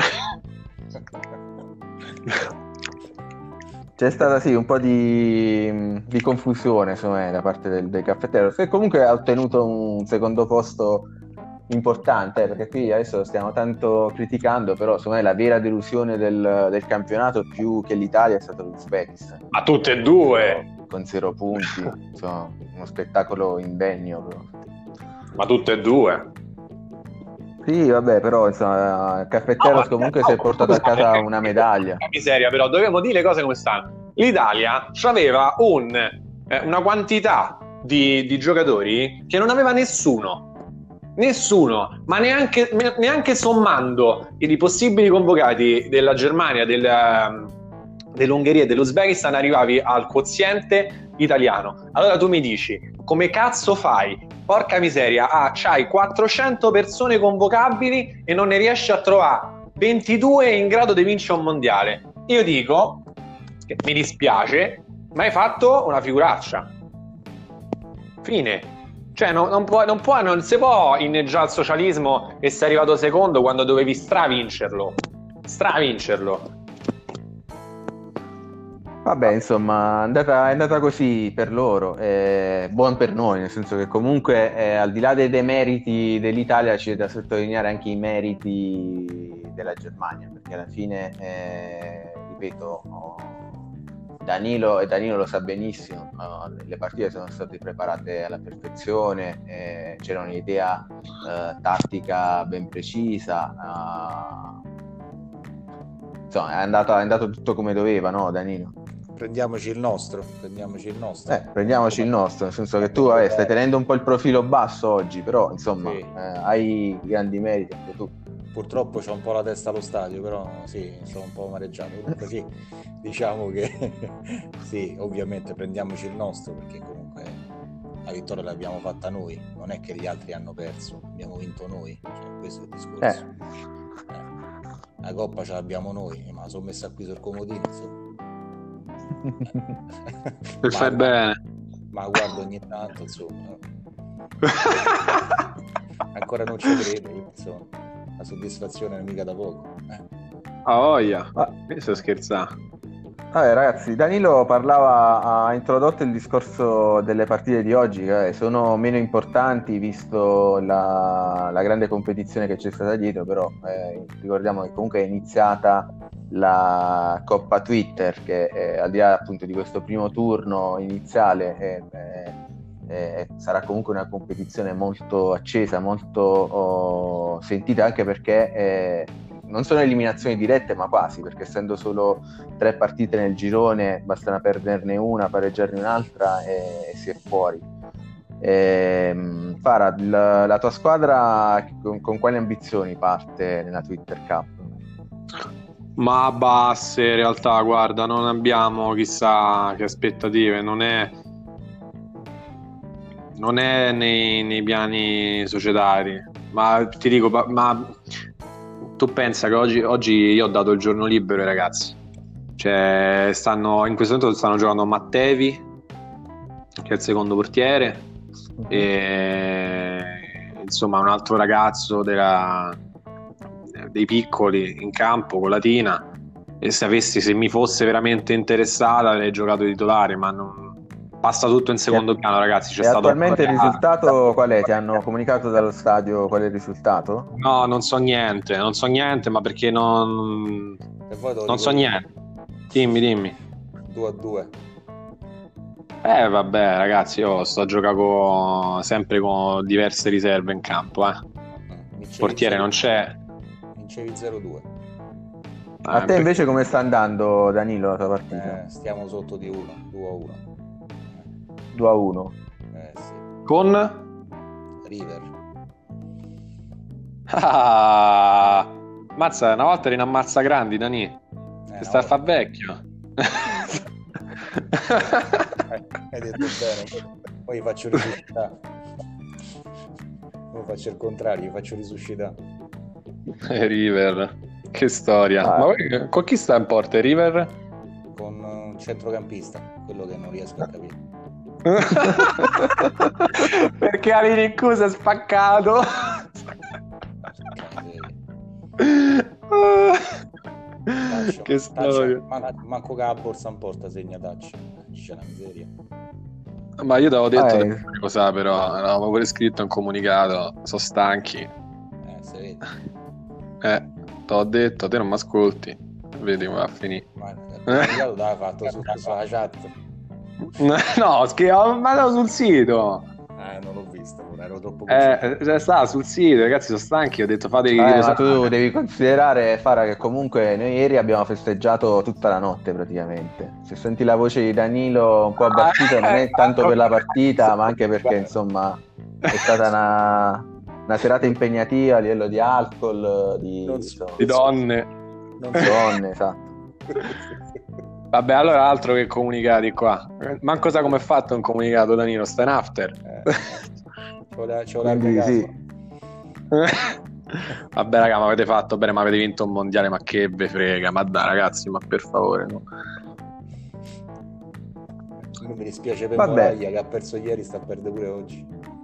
C'è stata sì un po' di, di confusione insomma, da parte del, del Caffetteros, che comunque ha ottenuto un secondo posto importante, eh, perché qui adesso lo stiamo tanto criticando, però secondo me la vera delusione del, del campionato più che l'Italia è stato l'Uzbekistan. Ma tutte e due! Con zero punti, insomma, uno spettacolo indegno. Però. Ma tutte e due? Sì, vabbè, però insomma, Caffetteros no, comunque no, si è portato a casa una medaglia. Miseria, però dobbiamo dire le cose come stanno. L'Italia aveva un, eh, una quantità di, di giocatori che non aveva nessuno. Nessuno, ma neanche, neanche sommando i possibili convocati della Germania, del, dell'Ungheria e dell'Uzbekistan arrivavi al quoziente italiano. Allora tu mi dici, come cazzo fai? Porca miseria, ah, c'hai quattrocento persone convocabili e non ne riesci a trovare ventidue in grado di vincere un mondiale. Io dico, che mi dispiace, ma hai fatto una figuraccia. Fine. Cioè non, non, può, non, può, non si può inneggiare al socialismo e sei arrivato secondo quando dovevi stravincerlo. Stravincerlo. Vabbè, insomma, è andata, è andata così per loro, eh, buon per noi, nel senso che comunque eh, al di là dei demeriti dell'Italia c'è da sottolineare anche i meriti della Germania, perché alla fine, eh, ripeto, oh, Danilo, e Danilo lo sa benissimo, no? Le partite sono state preparate alla perfezione, eh, c'era un'idea eh, tattica ben precisa, uh, insomma è andato, è andato tutto come doveva, no Danilo? Prendiamoci il nostro, prendiamoci il nostro. Eh, prendiamoci il nostro, nel senso che tu vabbè, stai tenendo un po' il profilo basso oggi, però insomma sì. eh, hai grandi meriti anche tu. Purtroppo c'ho un po' la testa allo stadio, però sì, sono un po' amareggiato. Comunque sì, diciamo che sì, ovviamente prendiamoci il nostro, perché comunque la vittoria l'abbiamo fatta noi, non è che gli altri hanno perso, abbiamo vinto noi, cioè, questo è il discorso. Eh. Eh. La coppa ce l'abbiamo noi, ma la sono messa qui sul comodino, insomma. Per fai bene. Ma guardo ogni tanto, insomma. Ancora non ci credo, insomma. La soddisfazione è mica da poco. Eh. Ah, voglia. Ah, mi sto scherzando. Vabbè, ragazzi, Danilo parlava, ha introdotto il discorso delle partite di oggi, che sono meno importanti visto la, la grande competizione che c'è stata dietro, però eh, ricordiamo che comunque è iniziata la Coppa Twitter, che eh, al di là appunto di questo primo turno iniziale eh, eh, eh, sarà comunque una competizione molto accesa, molto oh, sentita, anche perché eh, non sono eliminazioni dirette, ma quasi, perché essendo solo tre partite nel girone bastano perderne una, pareggiarne un'altra e, e si è fuori. E, Farad, la, la tua squadra con, con quali ambizioni parte nella Twitter Cup? Ma basse, in realtà, guarda, non abbiamo chissà che aspettative, non è non è nei, nei piani societari, ma ti dico, ma tu pensa che oggi, oggi io ho dato il giorno libero ai ragazzi, cioè stanno in questo momento stanno giocando Mattevi, che è il secondo portiere, e insomma un altro ragazzo della, dei piccoli in campo con la Tina, e se avessi se mi fosse veramente interessata avrei giocato titolare, ma non, passa tutto in secondo piano, ragazzi. C'è e stato attualmente il ancora- risultato qual è? Ti hanno comunicato dallo stadio qual è il risultato? No, non so niente, non so niente, ma perché non E poi te lo non dico so io. niente. Dimmi, dimmi. due a due. Eh vabbè, ragazzi, io sto a giocare con- sempre con diverse riserve in campo, eh. Il portiere non c'è. Vincevi zero a due. A Eh, te invece come sta andando, Danilo, la tua partita? Eh, stiamo sotto di uno, due a uno. due a uno. Eh sì. Con River. ah, mazza, una volta eri in ammazza grandi, Dani. Eh, Ti sta a no, fa vecchio. eh, hai detto bene. Poi gli faccio risuscitare. Poi faccio il contrario, gli faccio risuscitare. Eh, River, che storia. Ah. Ma poi, con chi sta in porta, River? Con un centrocampista, quello che non riesco a capire. Perché Alinicus è spaccato. Taccio, Che storia. Taccio, man- manco che la borsa in porta segna Taccio. C'è una miseria. Ma io ti avevo detto Ah, di eh. cosa, però avevamo pure scritto un comunicato. Sono stanchi. Eh, si vede. Eh, te l'ho detto, te non mi ascolti. Vedi come va a finire. Ma il comunicato l'aveva fatto su, sulla chat. No, scrivo, ma no, sul sito. Eh, non l'ho visto, ero troppo Eh, cioè, sta sul sito, ragazzi, sono stanchi. Ho detto fate Eh, lo ma sa- tu devi considerare, Fara, che comunque noi ieri abbiamo festeggiato tutta la notte praticamente. Se senti la voce di Danilo un po' abbattuta non è tanto per la partita, ma anche perché insomma è stata una, una serata impegnativa a livello di alcol, di, Non so. insomma, di donne. Non di so. donne, esatto. Vabbè, allora altro che comunicati qua. Ma cosa come è fatto un comunicato, Danilo? Sta in after. Eh, c'ho la, c'ho la Quindi casa. sì. Vabbè, raga, ma avete fatto bene, ma avete vinto un mondiale, ma che ve frega. Ma dai, ragazzi, ma per favore, no. Mi dispiace per Vabbè. Moraglia che ha perso ieri, sta a perdere pure oggi.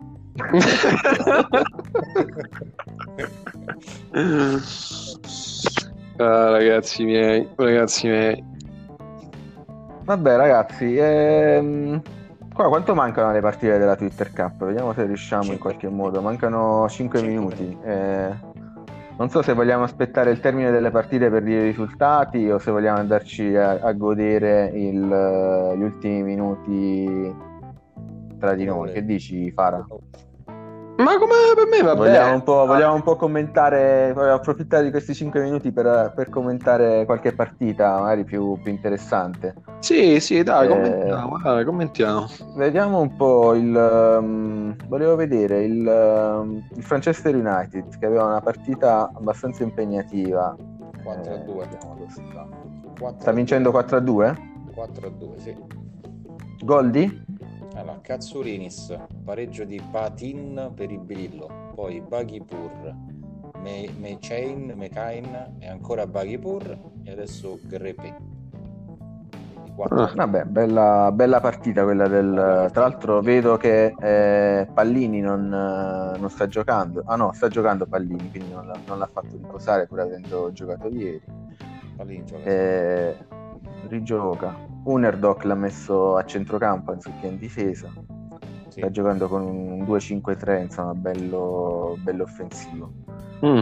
Ah, ragazzi miei, ragazzi miei. Vabbè ragazzi, ehm, qua quanto mancano le partite della Twitter Cup? Vediamo se riusciamo in Cinque. qualche modo. Mancano cinque Cinque minuti. minuti. Eh, non so se vogliamo aspettare il termine delle partite per dire i risultati o se vogliamo andarci a, a godere il- gli ultimi minuti tra di noi. Che dici, Fara? Ma come per me va Vogliamo bene. un po', vogliamo un po' commentare, vogliamo approfittare di questi cinque minuti per, per commentare qualche partita magari più, più interessante. Sì, sì, dai, Eh, commentiamo, dai, commentiamo. Vediamo un po' il um, volevo vedere il, um, il Manchester United che aveva una partita abbastanza impegnativa. quattro a Eh, due. vediamolo se va. quattro Sta a vincendo quattro a due? due. quattro a due, sì. Gol di? Allora, Katsurinis, pareggio di Patin per il Bilillo, poi Baghipur, Me- Mechain, Mechain e ancora Baghipur e adesso Grepe. Quindi quattro a Ah. due. Vabbè, bella, bella partita quella del. Bella partita. Tra l'altro vedo che eh, Pallini non, eh, non sta giocando. Ah no, sta giocando Pallini, quindi non l'ha, non l'ha fatto riposare pur avendo giocato ieri. Pallini gioca. Eh, rigioca. Underdog l'ha messo a centrocampo anziché in difesa. Sì. Sta giocando con un due cinque tre, insomma, bello, bello offensivo. Mm.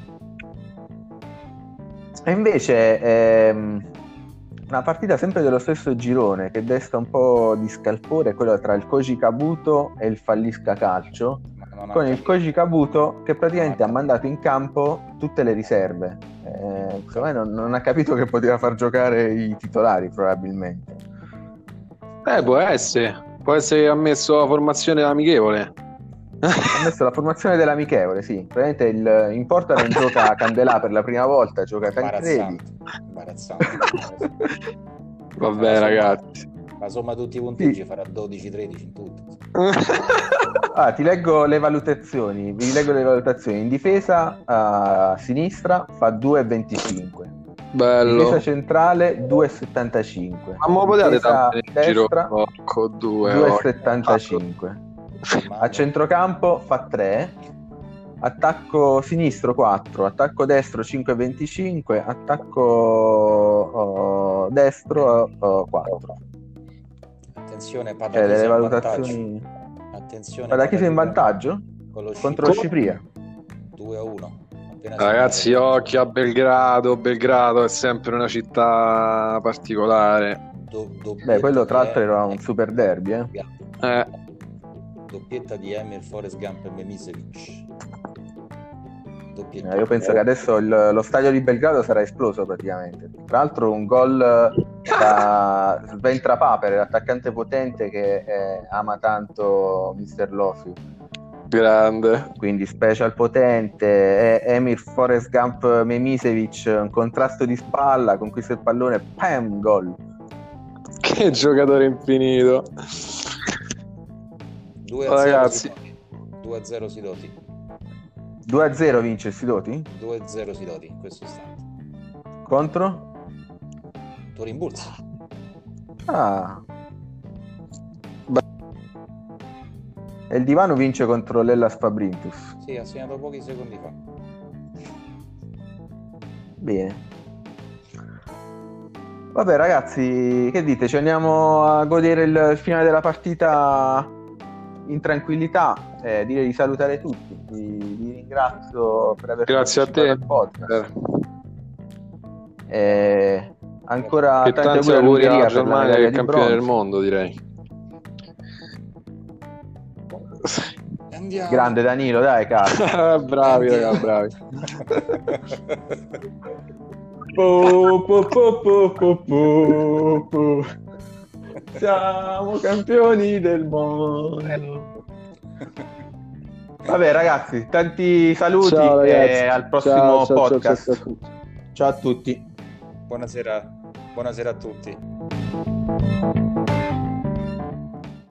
E invece ehm, una partita sempre dello stesso girone che desta un po' di scalpore è quella tra il Koji Kabuto e il Fallisca Calcio, Ma non ha con il capito. Koji Kabuto che praticamente Non ha ha mandato in campo tutte le riserve. Eh, secondo me non, non ha capito che poteva far giocare i titolari probabilmente. Eh, può essere. Può essere che ha messo la formazione amichevole. Ha messo la formazione dell'amichevole, sì. Praticamente il, in porta non gioca Candelà per la prima volta, gioca Tancredi. Imbarazzante. Imbarazzante. Vabbè, ragazzi. La somma di tutti i punteggi Sì. farà dodici tredici in tutto. Ah, ti leggo le valutazioni. Vi leggo le valutazioni. In difesa a sinistra fa due virgola venticinque. Bello. Difesa centrale due virgola settantacinque. Ma mo potete Difesa dare in giro destra porco due. due virgola oh. settantacinque. Ma A centrocampo fa tre. Attacco sinistro quattro, attacco destro cinque virgola venticinque, attacco oh, destro oh, quattro. attenzione, Cioè, Patakis delle in valutazioni. vantaggio. Attenzione, Patakis in Patakis vantaggio con lo contro lo Scipria. Scipria. due a uno. Appena Ragazzi, segnato. occhio a Belgrado. Belgrado è sempre una città particolare. Do- Beh, doppietta quello tra di l'altro era un Emir- super derby, eh. Eh, Doppietta di Emir, Forrest Gump e Memisevic. Doppietta. Eh, Io penso che adesso il- lo stadio di Belgrado sarà esploso praticamente. Tra l'altro un gol da Sven Trapaper, l'attaccante potente che eh, ama tanto mister Lofi. grande. Quindi special potente, e- Emir Forrest Gump Memisevic, un contrasto di spalla, conquista il pallone, pam, gol. Che giocatore infinito. due a zero Ragazzi. Sidoti. due a zero Sidoti. due a zero vince il Sidoti? due a zero Sidoti in questo istante. Contro? Turin Bulls. Ah. E il Divano vince contro l'Hellas Fabrintus. Sì, ha segnato pochi secondi fa. Bene. Vabbè ragazzi, che dite? Ci andiamo a godere il finale della partita in tranquillità. Eh, direi di salutare tutti. Vi, vi ringrazio per aver Grazie a te. partecipato al podcast. Eh, Eh, ancora che tanti tanti auguri auguri all'Ungheria alla per la Germania medaglia che è di campione del bronzo. mondo, direi. Andiamo. Grande Danilo, dai cazzo. Bravi, Andiamo. ragazzi, bravi. Po, po, po, po, po, po, po. Siamo campioni del mondo. Vabbè ragazzi, tanti saluti Ciao, ragazzi. e al prossimo Ciao, ciao, ciao, podcast. ciao, ciao a tutti. Ciao a tutti. Buonasera, buonasera a tutti.